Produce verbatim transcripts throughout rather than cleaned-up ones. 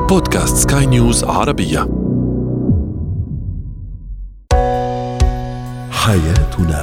بودكاست سكاي نيوز عربية. حياتنا.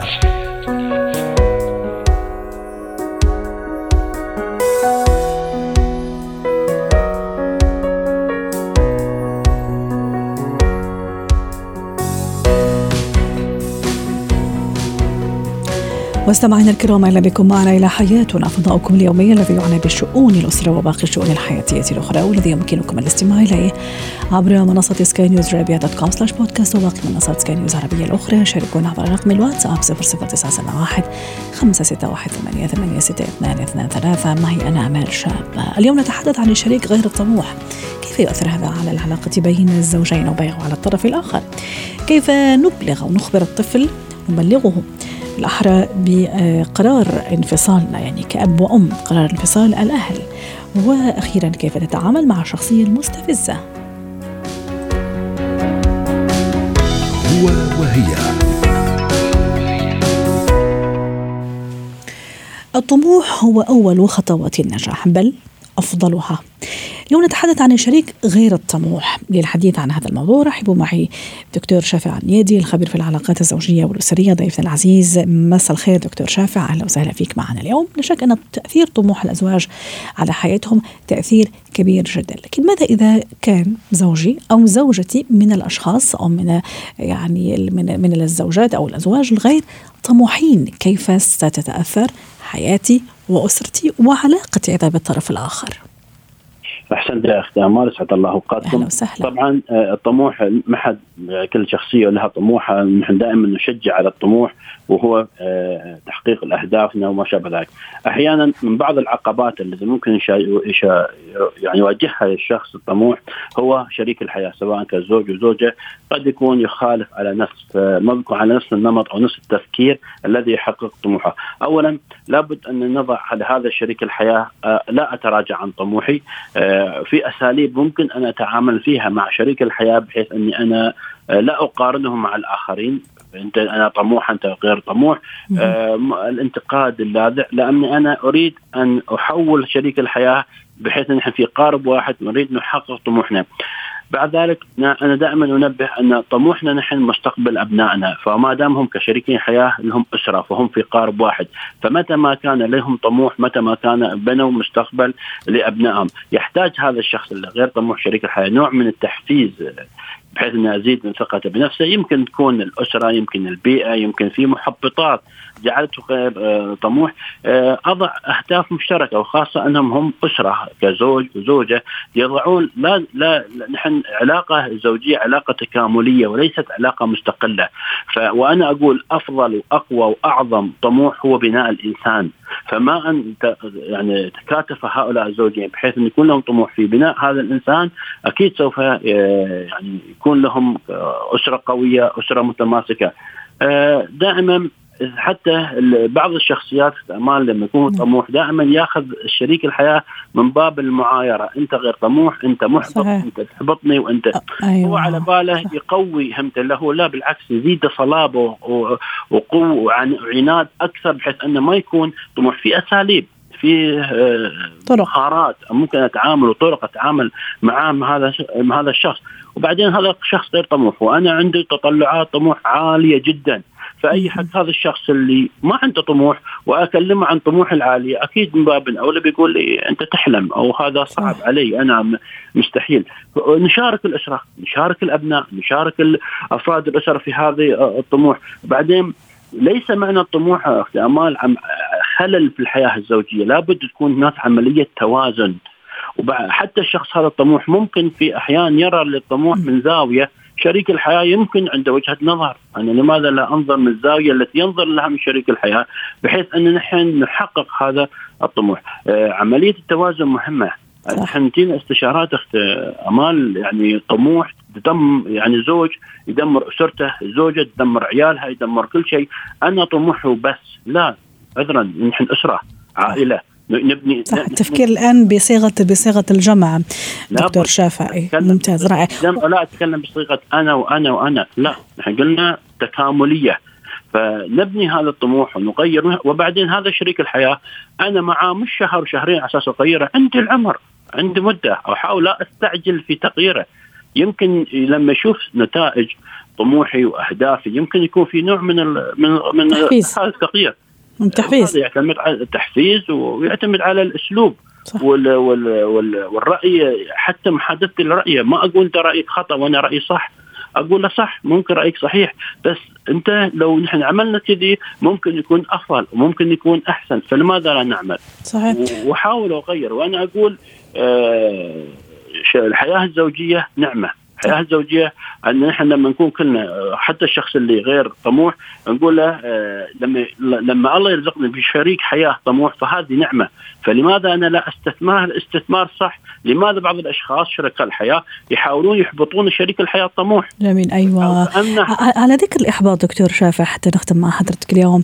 مستمعينا الكرام، اهلا بكم معنا الى حياتنا، فضاؤكم اليومي الذي يعنى بشؤون الاسره وباقي الشؤون الحياتيه الاخرى، والذي يمكنكم الاستماع اليه عبر منصه سكاي نيوز عربيه دوت كوم سلاش بودكاست وباقي منصات سكاي نيوز عربيه الاخرى. شاركونا عبر رقم الواتساب صفر صفر تسعة سبعة واحد خمسة ستة واحد ثمانية ثمانية ستة اثنان اثنان ثلاثة. معي انا امال شاب. اليوم نتحدث عن الشريك غير الطموح، كيف يؤثر هذا على العلاقه بين الزوجين وبيعه على الطرف الاخر، كيف نبلغ او نخبر الطفل نبلغه الأحرى بقرار انفصالنا، يعني كأب وأم قرار انفصال الأهل، وأخيرا كيف نتعامل مع الشخصية المستفزة. هو وهي. الطموح هو أول خطوات النجاح، بل أفضلها. اليوم نتحدث عن الشريك غير الطموح. للحديث عن هذا الموضوع رحبوا معي دكتور شافع عنيدي، الخبير في العلاقات الزوجية والأسرية، ضيفنا العزيز. مساء الخير دكتور شافع، أهلا وسهلا فيك معنا اليوم. لا شك أن تأثير طموح الأزواج على حياتهم تأثير كبير جدا، لكن ماذا إذا كان زوجي أو زوجتي من الأشخاص أو من يعني من من الزوجات أو الأزواج الغير طموحين؟ كيف ستتأثر حياتي وأسرتي وعلاقتي إذا بالطرف الآخر؟ أحسنت يا أختي أمال، سعد الله أوقاتكم. طبعا الطموح ما حد، كل شخصية لها طموحها، نحن دائما نشجع على الطموح وهو تحقيق الأهدافنا وما شابه ذلك. أحيانا من بعض العقبات التي ممكن يعني يواجهها الشخص الطموح هو شريك الحياة، سواء كان زوج وزوجة، قد يكون يخالف على نفس مبقى على نفس النمط أو نفس التفكير الذي يحقق طموحه. أولا لابد أن نضع على هذا الشريك الحياة لا أتراجع عن طموحي، في أساليب ممكن أن أتعامل فيها مع شريك الحياة بحيث أني أنا لا أقارنه مع الآخرين، أنت أنا طموح أنت غير طموح. آه الانتقاد اللاذع، لأني أنا أريد أن أحول شريك الحياة بحيث أن نحن في قارب واحد نريد نحقق طموحنا. بعد ذلك أنا دائما أنبه أن طموحنا نحن مستقبل أبنائنا، فما دامهم كشريكين حياة لهم أسرة فهم في قارب واحد، فمتى ما كان لهم طموح، متى ما كان بنوا مستقبل لأبنائهم، يحتاج هذا الشخص اللي غير طموح شريك الحياة نوع من التحفيز بحيث أنه يزيد من ثقته بنفسه. يمكن تكون الأسرة، يمكن البيئة، يمكن في محبطات جعلته غير طموح. أضع أهداف مشتركة، وخاصة أنهم هم أسرة كزوج وزوجة يضعون لا لا نحن علاقة زوجية علاقة تكاملية وليست علاقة مستقلة. ف وأنا أقول أفضل وأقوى وأعظم طموح هو بناء الإنسان، فما أن يعني تكاتف هؤلاء الزوجين بحيث أن يكون لهم طموح في بناء هذا الإنسان، أكيد سوف يعني يكون لهم أسرة قوية، أسرة متماسكة. دائما حتى بعض الشخصيات أمال لما يكون طموح دائما ياخذ الشريك الحياة من باب المعايرة، أنت غير طموح، أنت محبط، صحيح. أنت تحبطني، وأنت أيوة. هو على باله يقوي همته له، لا بالعكس يزيد صلابه وقوة وعناد أكثر بحيث أنه ما يكون طموح. في أساليب، في مهارات ممكن أتعامل وطرق أتعامل معاه مع هذا مع هذا الشخص. وبعدين هذا الشخص غير طموح وأنا عندي تطلعات طموح عالية جدا، فأي حد هذا الشخص اللي ما عنده طموح وأكلمه عن طموح العالية أكيد من باب أولى بيقول لي أنت تحلم أو هذا صعب علي، أنا مستحيل. نشارك الأسرة، نشارك الأبناء، نشارك أفراد الأسرة في هذه الطموح. بعدين ليس معنى الطموح أختي أمال خلل في الحياة الزوجية، لابد تكون هناك عملية توازن. وحتى الشخص هذا الطموح ممكن في أحيان يرى للطموح من زاوية شريك الحياة يمكن عنده وجهة نظر، أنا يعني لماذا لا أنظر من الزاوية التي ينظر لها من شريك الحياة بحيث أن نحن نحقق هذا الطموح. آه عملية التوازن مهمة. نحن تينا استشارات أخت أمال، يعني طموح تدم يعني زوج يدمر أسرته، زوجة تدمر عيالها، يدمر كل شيء. أنا طموحه بس لا، عذرا نحن أسرة عائلة نبني. التفكير الآن بصيغة بصيغة الجمع دكتور شافع. ممتاز، رائع. لا أتكلم بصيغة أنا وأنا وأنا، لا نحن قلنا تكاملية، فنبني هذا الطموح ونغير. وبعدين هذا شريك الحياة أنا معاه مش شهر وشهرين على أساس أغيره، عندي العمر عندي مدة، أو أحاول لا أستعجل في تغييره. يمكن لما أشوف نتائج طموحي وأهدافي يمكن يكون في نوع من ال من من هذا التغيير. التحفيز يعتمد على التحفيز ويعتمد على الأسلوب وال وال وال والرأي، حتى محادثة الرأي. ما أقول أنت رأيك خطأ وأنا رأيي صح، أقول له صح، ممكن رأيك صحيح، بس أنت لو نحن عملنا كذي ممكن يكون أفضل وممكن يكون أحسن، فلماذا لا نعمل؟ صحيح. وحاول أغير. وأنا أقول آه الحياة الزوجية نعمة. الحياة الزوجية أن نحن لما نكون كلنا، حتى الشخص اللي غير طموح، نقول له آه لما لما الله يرزقنا بشريك حياة طموح فهذه نعمة. فلماذا أنا لا استثمار الاستثمار صح؟ لماذا بعض الأشخاص شركاء الحياة يحاولون يحبطون شريك الحياة الطموح؟ جميل. أيوة. على ذكر الإحباط دكتور شافع، حتى نختم مع حضرتك اليوم،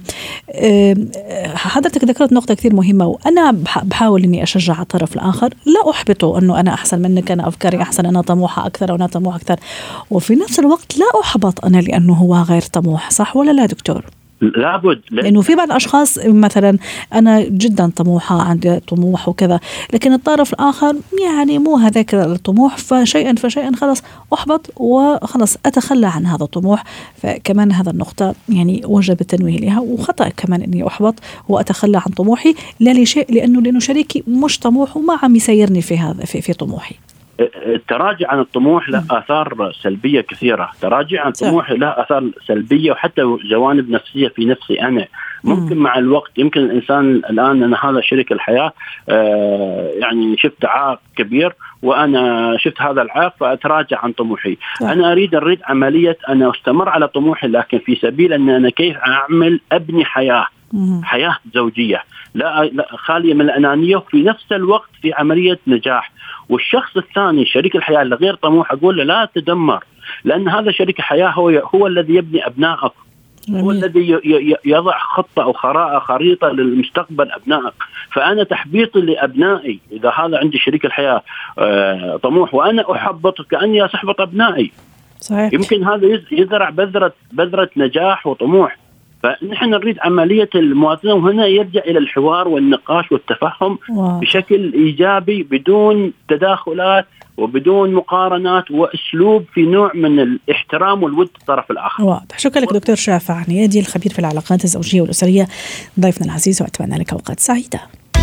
حضرتك ذكرت نقطة كثير مهمة، وأنا بحاول إني أشجع الطرف الآخر، لا أحبطه أنه أنا أحسن منك، أنا أفكاري أحسن، أنا طموحة أكثر وأنا طموح أكثر، وفي نفس الوقت لا أحبط أنا لأنه هو غير طموح. صح ولا لا دكتور؟ لابد، لأنه في بعض الأشخاص مثلا أنا جدا طموحة، عندي طموح وكذا، لكن الطرف الآخر يعني مو هذاك الطموح، فشيئا فشيئا خلاص أحبط وخلاص أتخلى عن هذا الطموح. فكمان هذا النقطة يعني وجب التنويه لها، وخطأ كمان إني أحبط وأتخلى عن طموحي لا لشيء، لأنه لأنه شريكي مش طموح وما عم يسيرني في هذا في, في طموحي. التراجع عن الطموح له آثار سلبية كثيرة. التراجع عن الطموح له آثار سلبية وحتى جوانب نفسية في نفسي أنا. ممكن مع الوقت يمكن الإنسان الآن أنا هذا شريك الحياة آه يعني شفت عائق كبير وأنا شفت هذا العائق فأتراجع عن طموحي. أنا أريد أريد عملية أنا أستمر على طموحي، لكن في سبيل أن أنا كيف أعمل أبني حياة حياة زوجية لا, لا خالية من الأنانية، وفي نفس الوقت في عملية نجاح. والشخص الثاني شريك الحياة اللي غير طموح أقول له لا تدمر، لأن هذا شريك الحياة هو هو الذي يبني أبنائك، هو الذي يضع خطة أو خريطة للمستقبل أبنائك. فأنا تحبيطي لأبنائي إذا هذا عندي شريك الحياة طموح وأنا أحبط كأني أحبط أبنائي. صحيح. يمكن هذا يزرع بذرة بذرة نجاح وطموح. فنحن نريد عملية الموازنة، وهنا يرجع إلى الحوار والنقاش والتفهم واو. بشكل إيجابي بدون تداخلات وبدون مقارنات، وأسلوب في نوع من الاحترام والود الطرف الآخر. واضح. شكرا لك دكتور شافع عنيادي، الخبير في العلاقات الزوجية والأسرية، ضيفنا العزيز، وأتمنى لك أوقات سعيدة.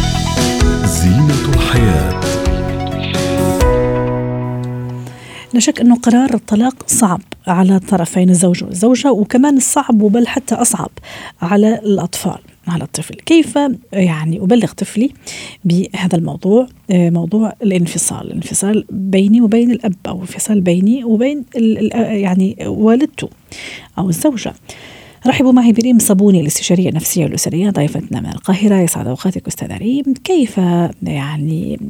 زينة الحياة. لا شك أنه قرار الطلاق صعب على الطرفين، الزوج والزوجة، وكمان الصعب وبل حتى أصعب على الأطفال، على الطفل. كيف يعني أبلغ طفلي بهذا الموضوع، موضوع الانفصال الانفصال بيني وبين الأب، أو الانفصال بيني وبين يعني والدته أو الزوجة. رحبوا معي بريم صابوني، الاستشارية النفسية والأسرية، ضيفتنا من القاهرة. يسعد أوقاتك أستاذ ريم. كيف يعني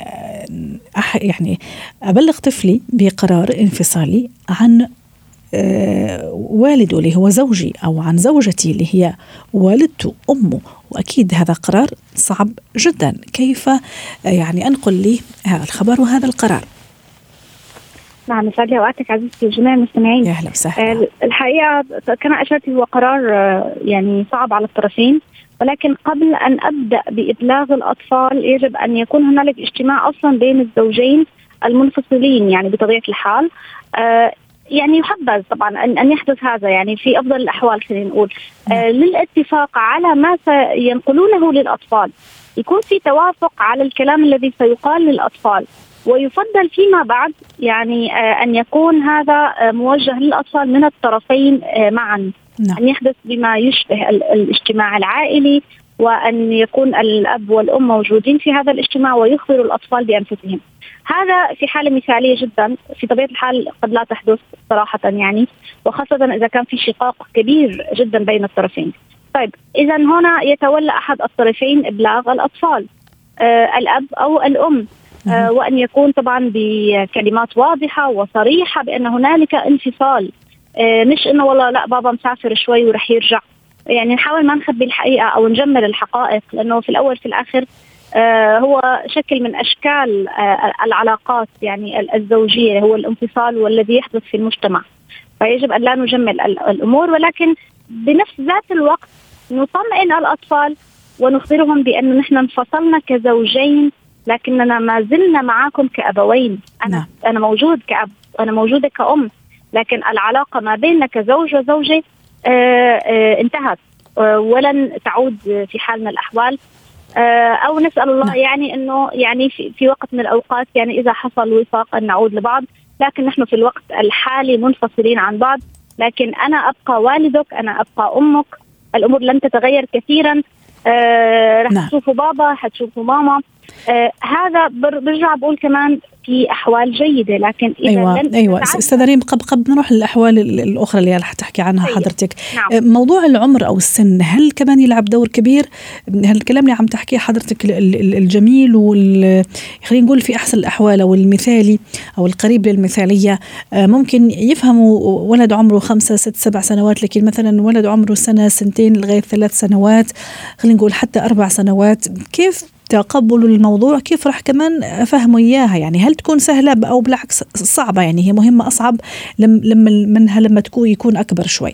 أح يعني أبلغ طفلي بقرار انفصالي عن والده اللي هو زوجي، أو عن زوجتي اللي هي والدته أمه؟ وأكيد هذا قرار صعب جدا. كيف يعني أنقل لي هذا الخبر وهذا القرار؟ نعم، يسعد لي اوقاتك عزيزتي وجميع المستمعين. يا اهلا وسهلا. الحقيقه كما اشرت هو قرار يعني صعب على الطرفين، ولكن قبل ان ابدا بابلاغ الاطفال يجب ان يكون هنالك اجتماع اصلا بين الزوجين المنفصلين، يعني بطبيعه الحال آه يعني يحبذ طبعا ان ان يحدث هذا، يعني في افضل الاحوال خلينا نقول آه للاتفاق على ما سينقلونه للاطفال، يكون في توافق على الكلام الذي سيقال للاطفال، ويفضل فيما بعد يعني آه أن يكون هذا آه موجه للأطفال من الطرفين آه معا. نعم. أن يحدث بما يشبه الاجتماع العائلي، وأن يكون الأب والأم موجودين في هذا الاجتماع ويخبروا الأطفال بأنفسهم. هذا في حالة مثالية جدا، في طبيعة الحال قد لا تحدث صراحة يعني، وخاصة إذا كان في شقاق كبير جدا بين الطرفين. طيب إذا هنا يتولى أحد الطرفين إبلاغ الأطفال، آه الأب أو الأم، آه وأن يكون طبعا بكلمات واضحة وصريحة بأن هنالك انفصال، آه مش إنه والله لا بابا مسافر شوي ورح يرجع. يعني نحاول ما نخبي الحقيقة أو نجمل الحقائق، لأنه في الأول في الآخر آه هو شكل من أشكال آه العلاقات يعني الزوجية، هو الانفصال والذي يحدث في المجتمع، فيجب أن لا نجمل الأمور، ولكن بنفس ذات الوقت نطمئن الأطفال ونخبرهم بأن نحن انفصلنا كزوجين لكننا ما زلنا معاكم كأبوين. أنا نعم. أنا موجود كأب، أنا موجودة كأم، لكن العلاقة ما بيننا كزوج وزوجة آه آه انتهت آه ولن تعود في حال من الأحوال. آه أو نسأل الله نعم. يعني أنه يعني في, في وقت من الأوقات يعني إذا حصل وفاق أن نعود لبعض، لكن نحن في الوقت الحالي منفصلين عن بعض. لكن أنا أبقى والدك، أنا أبقى أمك، الأمور لن تتغير كثيرا. آه رح نعم. تشوفوا بابا، حتشوفوا ماما. آه هذا برجع بقول كمان في أحوال جيدة، لكن إذا أيوة لن أيوة أستاذة ريم، قبل قبل نروح للأحوال الأخرى اللي رح تحكي عنها حضرتك. نعم. موضوع العمر أو السن هل كمان يلعب دور كبير؟ هالكلام اللي عم تحكيه حضرتك الجميل وال خلينا نقول في أحسن الأحوال أو المثالي أو القريب للمثالية، ممكن يفهموا ولد عمره خمسة ست سبع سنوات، لكن مثلا ولد عمره سنة سنتين لغاية ثلاث سنوات، خلينا نقول حتى أربع سنوات، كيف تقبلوا الموضوع؟ كيف راح كمان أفهموا إياها؟ يعني هل تكون سهلة أو بالعكس صعبة؟ يعني هي مهمة أصعب لما منها لما تكون يكون أكبر شوي.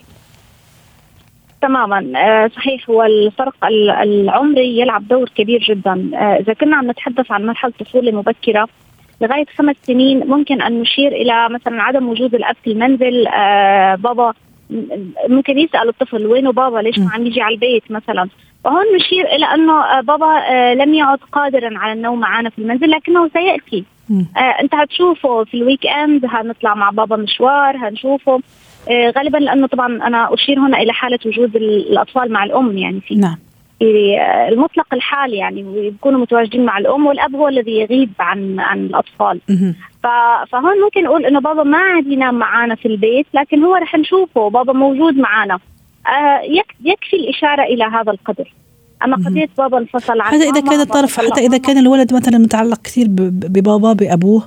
تماما صحيح. هو الفرق العمري يلعب دور كبير جدا. إذا كنا عم نتحدث عن مرحلة طفولة مبكرة لغاية خمس سنين، ممكن أن نشير إلى مثلا عدم وجود الأب في المنزل. بابا ممكن يسأل الطفل وينه بابا، ليش ما عم يجي على البيت مثلا، وهون نشير إلى أنه بابا لم يعد قادرا على النوم معنا في المنزل، لكنه سيأتي. آه أنت هتشوفه في الويك أند، هنطلع مع بابا مشوار، هنشوفه آه غالبا، لأنه طبعا أنا أشير هنا إلى حالة وجود الأطفال مع الأم، يعني في, نعم. في المطلق الحالي يعني بيكونوا متواجدين مع الأم، والأب هو الذي يغيب عن عن الأطفال. فهون ممكن نقول إنه بابا ما عاد ينام معنا في البيت، لكن هو رح نشوفه بابا موجود معنا. آه يكفي الإشارة إلى هذا القدر. أما قضية بابا انفصل عن حتى إذا كان الطرف حتى إذا كان الولد مثلا متعلق كثير ببابا بأبوه،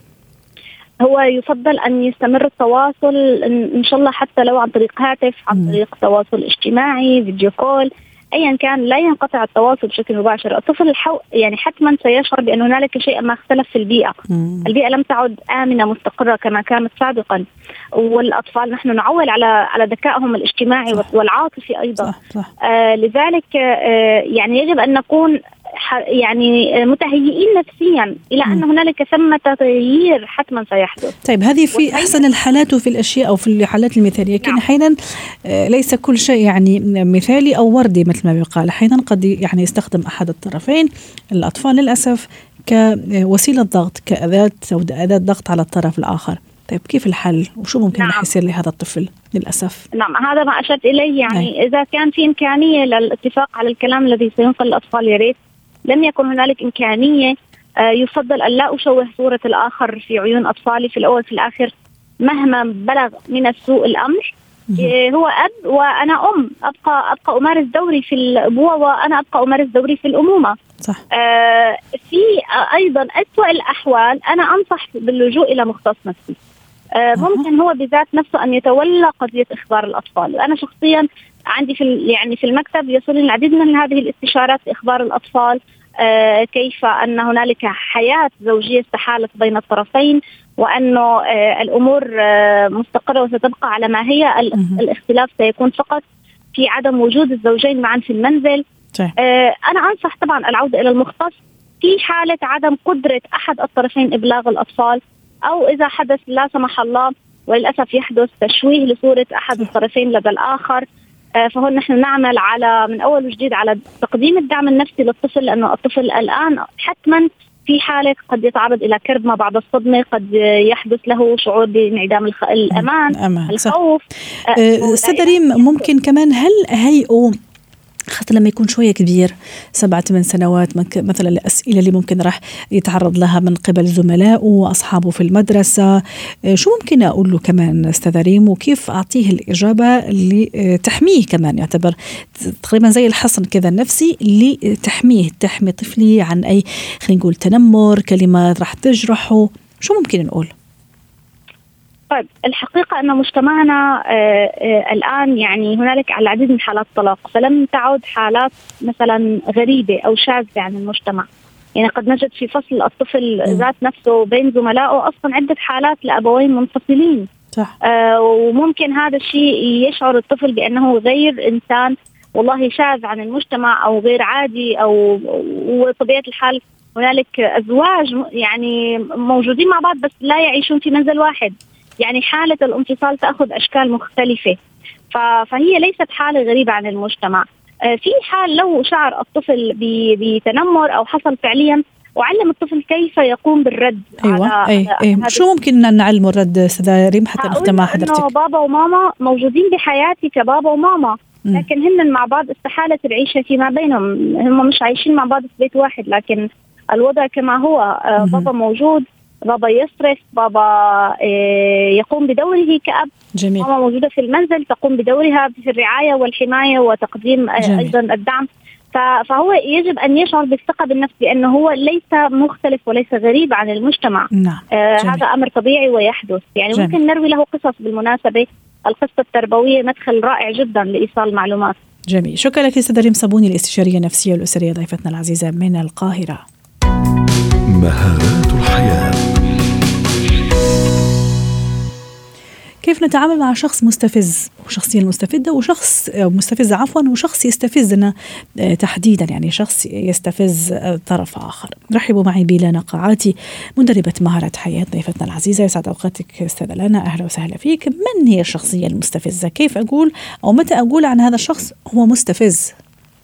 هو يفضل أن يستمر التواصل إن شاء الله حتى لو عن طريق هاتف، عن طريق تواصل اجتماعي، فيديو كول، أيا كان، لا ينقطع التواصل بشكل مباشر. الطفل الحو... يعني حتما سيشعر بأن هنالك شيء ما اختلف في البيئة. مم. البيئة لم تعد آمنة مستقرة كما كانت سابقا، والأطفال نحن نعول على على ذكائهم الاجتماعي صح. والعاطفي أيضا. صح. صح. آه لذلك آه يعني يجب أن نكون يعني متهيئين نفسيا إلى أن هنالك ثمة تغيير حتما سيحدث. طيب هذه في أحسن الحالات وفي الأشياء أو في الحالات المثالية، لكن أحيانا ليس كل شيء يعني مثالي أو وردي مثل ما يقال. أحيانا قد يعني يستخدم أحد الطرفين، الأطفال للأسف، كوسيلة ضغط، كأداة أو أداة ضغط على الطرف الآخر. طيب كيف الحل وشو ممكن نعم. يصير لهذا الطفل للأسف؟ نعم هذا ما أشرت إليه. يعني أي. إذا كان في إمكانية للاتفاق على الكلام الذي سينقل الأطفال يا ريت. لم يكن هنالك إمكانية، آه يفضل أن لا أشوه صورة الآخر في عيون أطفالي. في الأول في الآخر مهما بلغ من السوء الأمر آه هو أب وأنا أم، أبقى أبقى أمارس دوري في الأبوة وأنا أبقى أمارس دوري في الأمومة. صح. آه في آه أيضا أسوأ الأحوال أنا أنصح باللجوء إلى مختص نفسي. آه ممكن هو بذات نفسه أن يتولى قضية إخبار الأطفال. أنا شخصيا عندي في يعني في المكتب يصل العديد من هذه الاستشارات إخبار الأطفال، آه كيف أن هنالك حياة زوجية استحالت بين الطرفين، وأنه آه الأمور آه مستقرة وستبقى على ما هي. الاختلاف سيكون فقط في عدم وجود الزوجين معا في المنزل. آه أنا أنصح طبعا العودة إلى المختص في حالة عدم قدرة أحد الطرفين إبلاغ الأطفال، أو إذا حدث لا سمح الله وللأسف يحدث تشويه لصورة أحد الطرفين لدى الآخر. فهون نحن نعمل على من أول وجديد على تقديم الدعم النفسي للطفل، لأنه الطفل الآن حتما في حالة قد يتعرض إلى كرب ما بعد الصدمة، قد يحدث له شعور بانعدام الخ... الأمان، أمان. الخوف. أستاذة ريم، ممكن كمان هل هيئوا حتى لما يكون شوية كبير سبعة ثمان سنوات مثلا الأسئلة اللي ممكن راح يتعرض لها من قبل زملائه وأصحابه في المدرسة، شو ممكن أقول له كمان أستاذة ريم، وكيف أعطيه الإجابة اللي تحميه كمان، يعتبر تقريبا زي الحصن كذا النفسي اللي تحميه تحمي طفلي عن أي خلينا نقول تنمر، كلمات راح تجرحه، شو ممكن نقول؟ طيب الحقيقة أن مجتمعنا آآ آآ الآن يعني هنالك العديد من حالات طلاق، فلم تعد حالات مثلا غريبة أو شاذة عن المجتمع. يعني قد نجد في فصل الطفل ذات نفسه بين زملائه أصلا عدة حالات لأبوين منفصلين. صح. وممكن هذا الشيء يشعر الطفل بأنه غير إنسان، والله شاذ عن المجتمع أو غير عادي، أو وطبيعة الحال هنالك أزواج يعني موجودين مع بعض بس لا يعيشون في منزل واحد، يعني حالة الانفصال تأخذ أشكال مختلفة. فهي ليست حالة غريبة عن المجتمع. في حال لو شعر الطفل بتنمر أو حصل فعليا، وعلم الطفل كيف يقوم بالرد. أيوة. على أي. أي. شو ممكن أن نعلم الرد أستاذة ريم حتى نختم مع حضرتك؟ بابا وماما موجودين بحياتي كبابا وماما، لكن هن مع بعض استحالة العيشة فيما بينهم، هم مش عايشين مع بعض في بيت واحد، لكن الوضع كما هو. بابا موجود، بابا يصرف، بابا يقوم بدوره كأب. جميل. ماما موجودة في المنزل تقوم بدورها في الرعاية والحماية وتقديم جميل. أيضا الدعم. فهو يجب أن يشعر بالثقة بالنفس بأنه هو ليس مختلف وليس غريب عن المجتمع. نعم. آه هذا أمر طبيعي ويحدث. يعني جميل. ممكن نروي له قصص بالمناسبة. القصة التربوية مدخل رائع جدا لإيصال معلومات. جميل. شكرا لك أستاذة ريم صابوني، الاستشارية النفسية والأسرية، ضيفتنا العزيزة من القاهرة. مهارات الحياة. كيف نتعامل مع شخص مستفز وشخصية مستفزة وشخص مستفز عفوا وشخص يستفزنا تحديدا، يعني شخص يستفز طرف آخر. رحبوا معي بلانا قاعاتي، مدربة مهارات حياة، ضيفتنا العزيزة. يسعد أوقاتك أستاذة لانا، أهلا وسهلا فيك. من هي الشخصية المستفزة؟ كيف أقول أو متى أقول عن هذا الشخص هو مستفز؟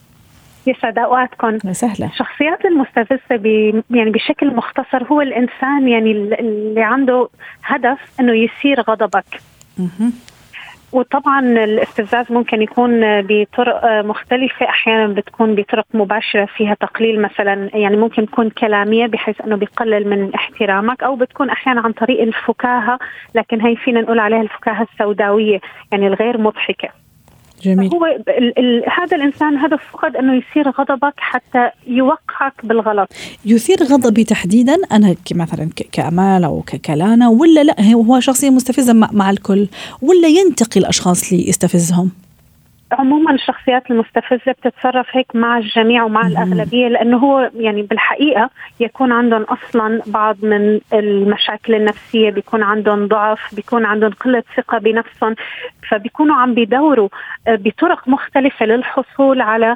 يسعد أوقاتكم. سهلة. الشخصيات المستفزة بي يعني بشكل مختصر هو الإنسان يعني اللي عنده هدف إنه يثير غضبك. م- وطبعا الاستفزاز ممكن يكون بطرق مختلفة، أحيانا بتكون بطرق مباشرة فيها تقليل مثلا، يعني ممكن تكون كلامية بحيث أنه بيقلل من احترامك، أو بتكون أحيانا عن طريق الفكاهة، لكن هي فينا نقول عليها الفكاهة السوداوية يعني الغير مضحكة. جميل. هو ال ال هذا الإنسان هدف فقط أنه يثير غضبك حتى يوقعك بالغلط. يثير غضبي تحديدا أنا مثلا كأمال أو كلانا، ولا لا هو شخصية مستفزة مع, مع الكل، ولا ينتقي الأشخاص اللي يستفزهم؟ عموما الشخصيات المستفزة بتتصرف هيك مع الجميع ومع مم. الأغلبية، لأنه هو يعني بالحقيقة يكون عندهم أصلا بعض من المشاكل النفسية، بيكون عندهم ضعف، بيكون عندهم قلة ثقة بنفسهم، فبيكونوا عم بيدوروا بطرق مختلفة للحصول على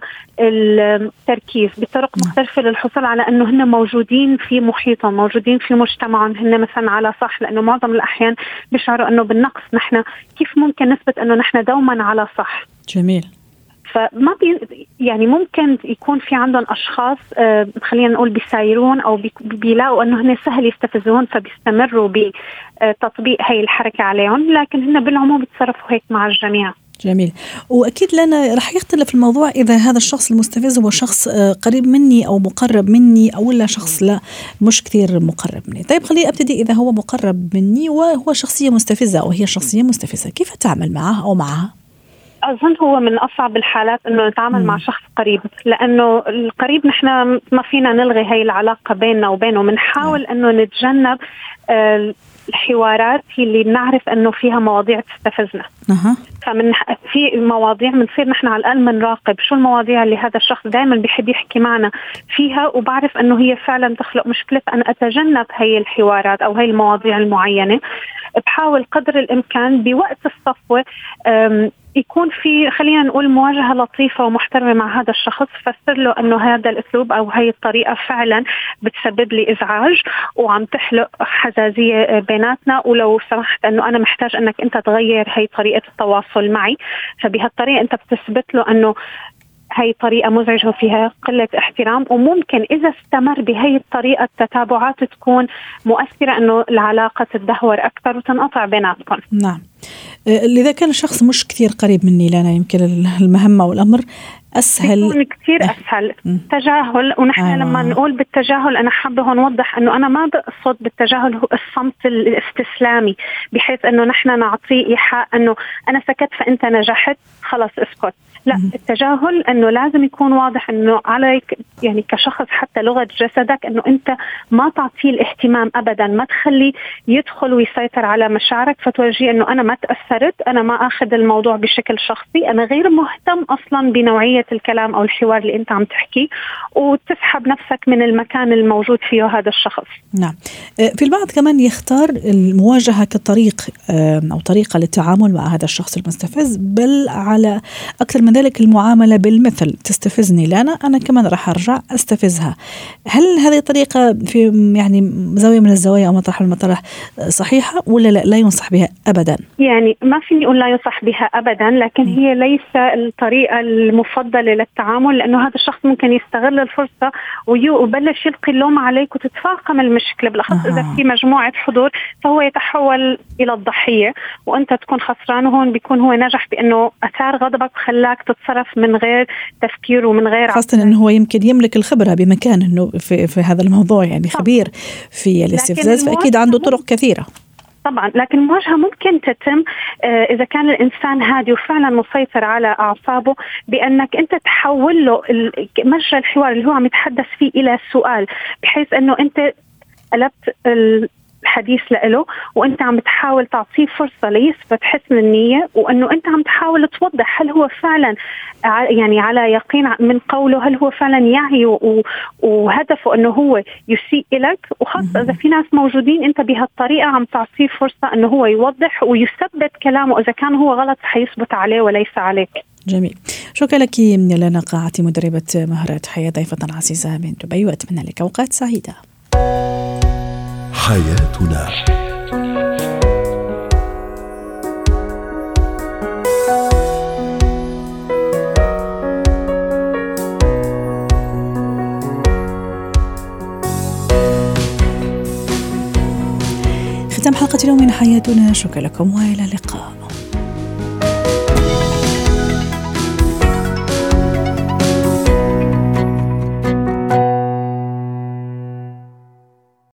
التركيز، بطرق مختلفة للحصول على أنه هن موجودين في محيطهم، موجودين في مجتمعهم، هن مثلا على صح، لأنه معظم الأحيان بيشعروا أنه بالنقص. نحن كيف ممكن نثبت أنه نحن دوما على صح؟ جميل. فما بي يعني ممكن يكون في عندهم أشخاص آه خلينا نقول بيسايرون أو بي بيلاقوا أنه هن سهل يستفزون، فبيستمروا بتطبيق هاي الحركة عليهم، لكن هن بالعموم بيتصرفوا هيك مع الجميع. جميل. وأكيد لنا رح يختلف الموضوع إذا هذا الشخص المستفز هو شخص قريب مني أو مقرب مني، أو لا شخص لا مش كثير مقرب مني. طيب خليني أبتدي إذا هو مقرب مني وهو شخصية مستفزة أو هي شخصية مستفزة، كيف أتعامل معه أو معها؟ أظن هو من أصعب الحالات إنه نتعامل مم. مع شخص قريب، لأنه القريب نحن ما فينا نلغي هاي العلاقة بيننا وبينه، منحاول إنه نتجنب آه الحوارات اللي نعرف إنه فيها مواضيع تستفزنا. أه. فمن في مواضيع بنصير نحن على الأقل منراقب شو المواضيع اللي هذا الشخص دائما بيحب يحكي معنا فيها، وبعرف إنه هي فعلا تخلق مشكلة، فأنا أتجنب هاي الحوارات أو هاي المواضيع المعينة. بحاول قدر الإمكان بوقت الصفوة يكون في خلينا نقول مواجهة لطيفة ومحترمة مع هذا الشخص، فسر له أنه هذا الأسلوب أو هاي الطريقة فعلا بتسبب لي إزعاج وعم تخلق حزازية بيناتنا، ولو سمحت أنه أنا محتاج أنك أنت تغير هاي طريقة التواصل معي. فبهالطريقة أنت بتثبت له أنه هاي طريقة مزعجة وفيها قلة احترام، وممكن إذا استمر بهاي الطريقة التتابعات تكون مؤثرة أنه العلاقة تتدهور أكثر وتنقطع بيناتكم. نعم. إذا كان الشخص مش كثير قريب مني لنا، يمكن المهمة والأمر أسهل، يكون كثير أسهل م. تجاهل. ونحن آه. لما نقول بالتجاهل أنا حابة نوضح أنه أنا ما بقصد بالتجاهل هو الصمت الاستسلامي، بحيث أنه نحن نعطيه إيحاء أنه أنا سكت فأنت نجحت خلاص اسكت. لا، م. التجاهل أنه لازم يكون واضح أنه عليك يعني كشخص حتى لغة جسدك أنه أنت ما تعطيه الاهتمام أبدا، ما تخلي يدخل ويسيطر على مشاعرك، فتوجيه أنه أنا ما تأثرت، أنا ما أخذ الموضوع بشكل شخصي، أنا غير مهتم أصلا بنوعية طريقة الكلام أو الحوار اللي أنت عم تحكيه، وتسحب نفسك من المكان الموجود فيه هذا الشخص. نعم. في البعض كمان يختار المواجهة كطريق أو طريقة للتعامل مع هذا الشخص المستفز، بل على أكثر من ذلك المعاملة بالمثل، تستفزني لأنا أنا كمان راح أرجع أستفزها. هل هذه الطريقة في يعني زاوية من الزوايا أو مطرح من المطرح صحيحة ولا لا, لا ينصح بها أبدا؟ يعني ما فيني أقول لا ينصح بها أبدا، لكن هي ليس الطريقة المفضلة للتعامل، لأنه هذا الشخص ممكن يستغل الفرصة ويبلش يلقي اللوم عليك وتتفاقم المشكلة، بالأخص إذا في مجموعة حضور فهو يتحول إلى الضحية وأنت تكون خسران. وهون بيكون هو نجح بأنه أثار غضبك خلاك تتصرف من غير تفكير ومن غير، خاصة أنه هو يمكن يملك الخبرة بمكان أنه في, في هذا الموضوع، يعني خبير في الاستفزاز، فأكيد عنده طرق كثيرة. طبعا، لكن المواجهة ممكن تتم إذا كان الإنسان هادي وفعلا مسيطر على أعصابه، بأنك أنت تحول له مجرى الحوار اللي هو عم يتحدث فيه إلى سؤال، بحيث أنه أنت قلبت الحديث له وأنت عم بتحاول تعطيه فرصة ليثبت حسن النية، وأنه أنت عم تحاول توضح هل هو فعلا يعني على يقين من قوله، هل هو فعلا يعي وهدفه أنه هو يسيء لك، وخاصة إذا في ناس موجودين أنت بهالطريقة عم تعطيه فرصة أنه هو يوضح ويثبت كلامه، إذا كان هو غلط حيثبت عليه وليس عليك. جميل، شكرا لك لنا قاعتي مدربة مهارات حياة ضيفة عزيزة من دبي، وأتمنى لك أوقات سعيدة. حياتنا. ختام حلقة اليوم من حياتنا، شكرا لكم وإلى اللقاء.